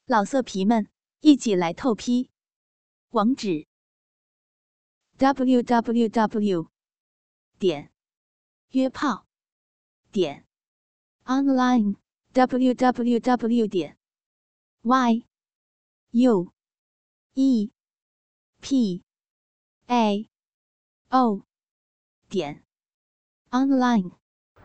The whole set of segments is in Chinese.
老色皮们，一起来透批！网址 www.约炮online www.yuepao.online。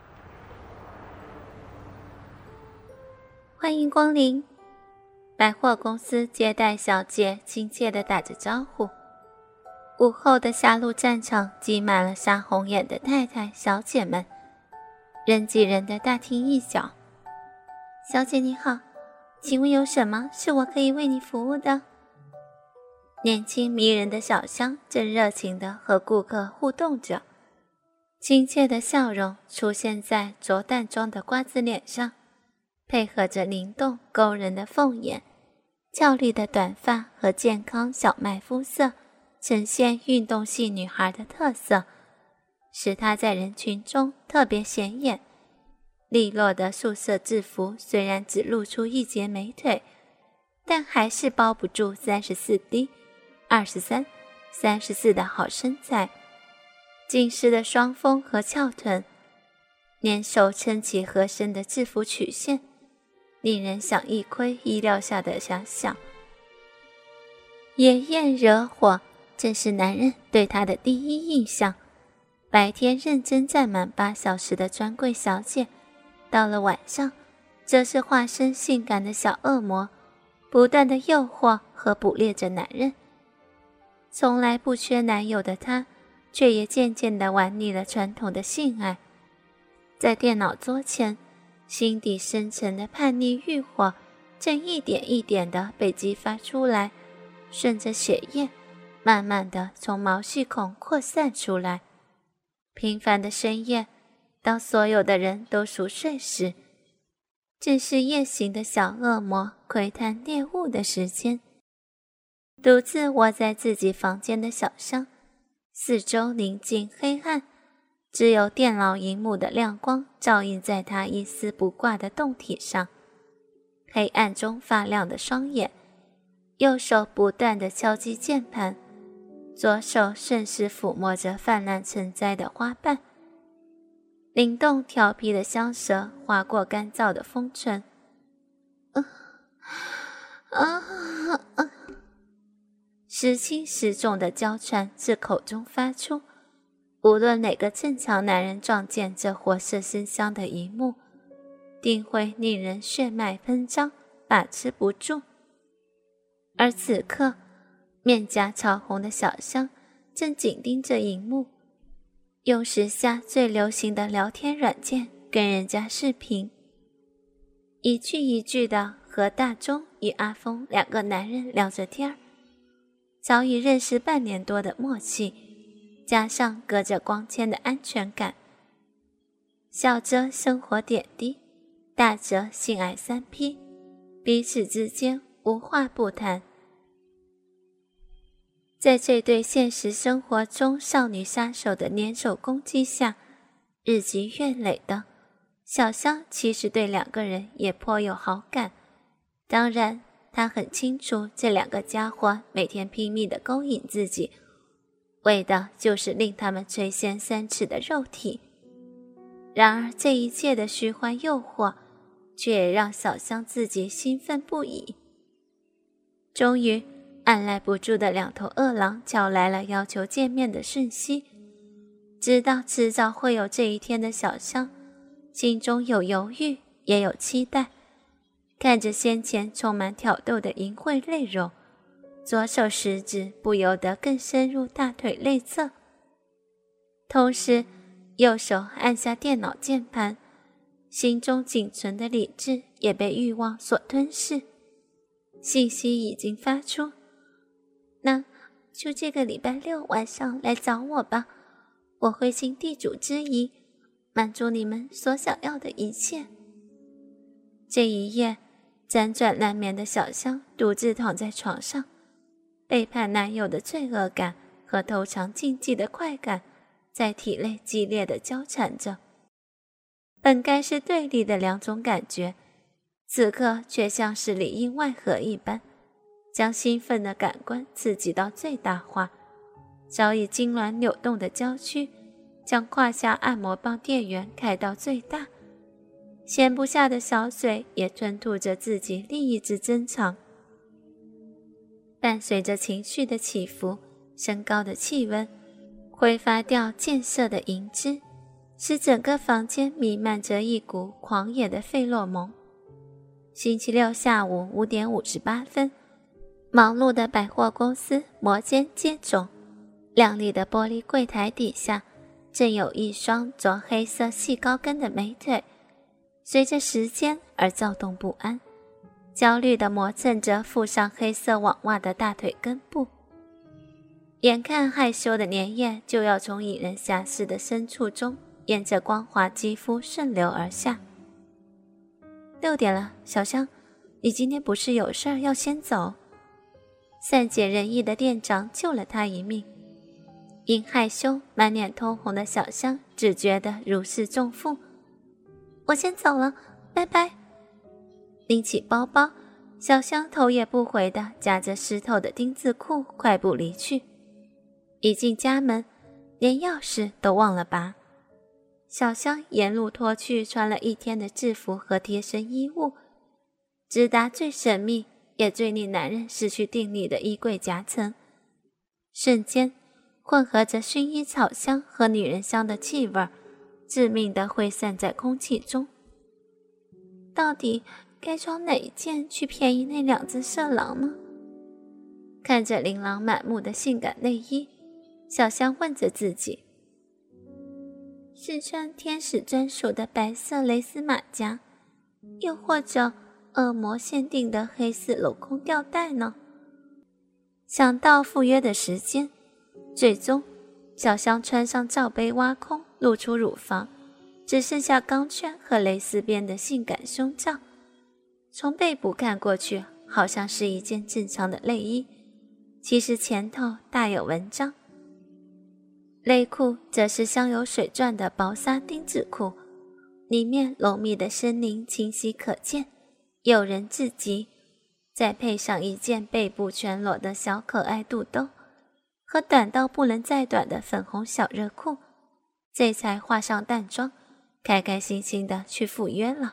欢迎光临。百货公司接待小姐亲切地打着招呼。午后的下路战场挤满了杀红眼的太太小姐们，人挤人的大厅一角。小姐你好，请问有什么是我可以为你服务的？年轻迷人的小香正热情地和顾客互动着，亲切的笑容出现在着淡妆的瓜子脸上，配合着灵动勾人的凤眼，俏丽的短发和健康小麦肤色呈现运动系女孩的特色，使她在人群中特别显眼。利落的素色制服虽然只露出一截美腿，但还是包不住 34D、23、34的好身材。紧实的双峰和翘臀，年手撑起合身的制服曲线，令人想一窥意料下的遐想。野艳惹火，正是男人对她的第一印象。白天认真站满8小时的专柜小姐，到了晚上，则是化身性感的小恶魔，不断的诱惑和捕猎着男人。从来不缺男友的她，却也渐渐地玩腻了传统的性爱。在电脑桌前，心底深沉的叛逆欲火正一点一点地被激发出来，顺着血液慢慢地从毛细孔扩散出来。平凡的深夜，当所有的人都熟睡时，正是夜行的小恶魔窥探猎物的时间。独自窝在自己房间的小香，四周宁静黑暗，只有电脑荧幕的亮光照映在他一丝不挂的胴体上。黑暗中发亮的双眼，右手不断地敲击键盘，左手顺势抚摸着泛滥成灾的花瓣。灵动调皮的香舌划过干燥的丰唇，时轻时重的娇喘自口中发出。无论哪个正常男人撞见这活色生香的一幕，定会令人血脉喷张，把持不住。而此刻，面颊潮红的小香正紧盯着荧幕，用时下最流行的聊天软件跟人家视频，一句一句的和大钟与阿峰2个男人聊着天儿。早已认识半年多的默契，加上隔着光纤的安全感，小则生活点滴，大则性爱3P，彼此之间无话不谈。在这对现实生活中少女杀手的联手攻击下，日积月累的，小香其实对2个人也颇有好感。当然，她很清楚这2个家伙每天拼命地勾引自己，为的就是令他们垂涎3尺的肉体。然而这一切的虚幻诱惑，却也让小香自己兴奋不已。终于，按捺不住的2头饿狼叫来了要求见面的讯息。知道迟早会有这一天的小香，心中有犹豫，也有期待。看着先前充满挑逗的淫秽内容，左手食指不由得更深入大腿内侧，同时右手按下电脑键盘，心中仅存的理智也被欲望所吞噬。信息已经发出，那就这个礼拜6晚上来找我吧，我会尽地主之谊，满足你们所想要的一切。这一夜，辗转难眠的小香独自躺在床上，背叛男友的罪恶感和偷尝禁忌的快感在体内激烈地交缠着。本该是对立的2种感觉， 此刻却像是里应外合一般，将兴奋的感官刺激到最大化。早已痉挛扭动的娇躯，将胯下按摩棒电源开到最大，闲不下的小嘴也吞吐着自己另一只珍藏。伴随着情绪的起伏，升高的气温挥发掉溅射的银汁，使整个房间弥漫着一股狂野的费洛蒙。星期六下午5点58分，忙碌的百货公司摩肩接踵，亮丽的玻璃柜台底下正有一双着黑色细高跟的美腿，随着时间而躁动不安，焦虑地磨蹭着附上黑色网袜的大腿根部。眼看害羞的粘液就要从引人遐视的深处中沿着光滑肌肤顺流而下。6点了，小香，你今天不是有事儿要先走？善解人意的店长救了他一命。因害羞满脸通红的小香只觉得如释重负。我先走了，拜拜。拎起包包，小香头也不回地夹着湿透的丁字裤快步离去。一进家门，连钥匙都忘了拔。小香沿路脱去穿了一天的制服和贴身衣物，直达最神秘也最令男人失去定力的衣柜夹层。瞬间，混合着薰衣草香和女人香的气味致命地挥散在空气中。到底该穿哪一件去便宜那2只色狼呢？看着琳琅满目的性感内衣，小香问着自己，是穿天使专属的白色蕾丝马甲，又或者恶魔限定的黑丝镂空吊带呢？想到赴约的时间，最终小香穿上罩杯挖空，露出乳房，只剩下钢圈和蕾丝边的性感胸罩。从背部看过去，好像是一件正常的内衣，其实前头大有文章。内裤则是镶有水钻的薄纱丁字裤，里面浓密的森林清晰可见，诱人至极。再配上一件背部全裸的小可爱肚兜和短到不能再短的粉红小热裤，这才化上淡妆，开开心心地去赴约了。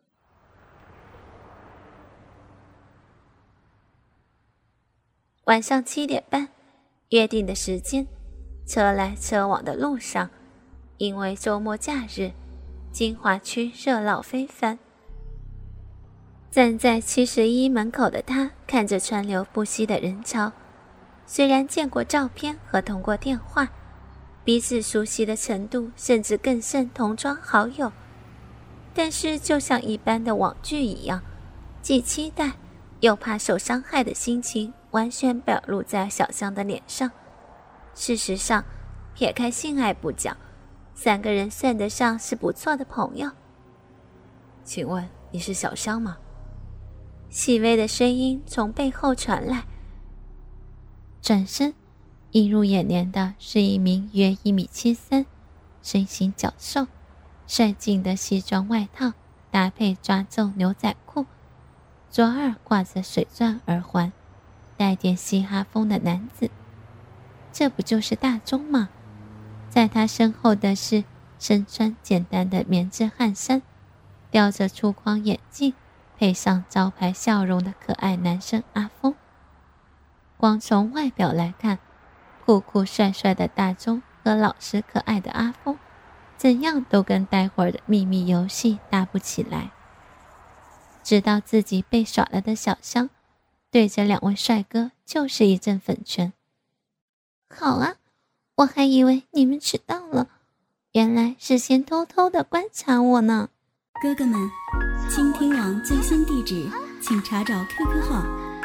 晚上7点半，约定的时间，车来车往的路上，因为周末假日，金华区热闹非凡。站在71门口的他看着川流不息的人潮，虽然见过照片和通过电话，彼此熟悉的程度甚至更胜同窗好友，但是就像一般的网剧一样，既期待又怕受伤害的心情完全表露在小香的脸上。事实上，撇开性爱不讲，3个人算得上是不错的朋友。 请问你是小香吗？ 细微的声音从背后传来。转身，映入眼帘的是一名约1.73米，身形较瘦，率劲的西装外套搭配抓皱牛仔裤，左耳挂着水钻耳环，带点嘻哈风的男子。这不就是大钟吗？在他身后的是身穿简单的棉质汗衫，吊着粗框眼镜，配上招牌笑容的可爱男生阿峰。光从外表来看，酷酷帅帅的大钟和老实可爱的阿峰，怎样都跟待会儿的秘密游戏搭不起来。知道自己被耍了的小香，对着2位帅哥就是一阵粉拳。好啊，我还以为你们迟到了，原来是先偷偷的观察我呢。 哥哥们，倾听网最新地址，请查找 QQ 号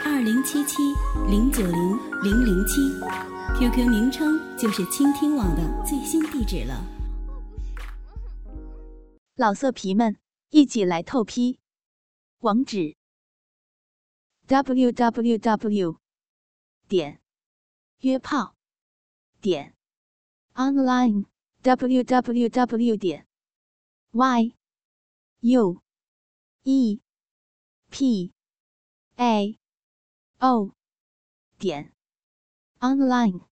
2077-090-007，QQ 名称就是倾听网的最新地址了。 老色皮们，一起来透批！网址 www.约炮online www.yuepao p a o 点 online。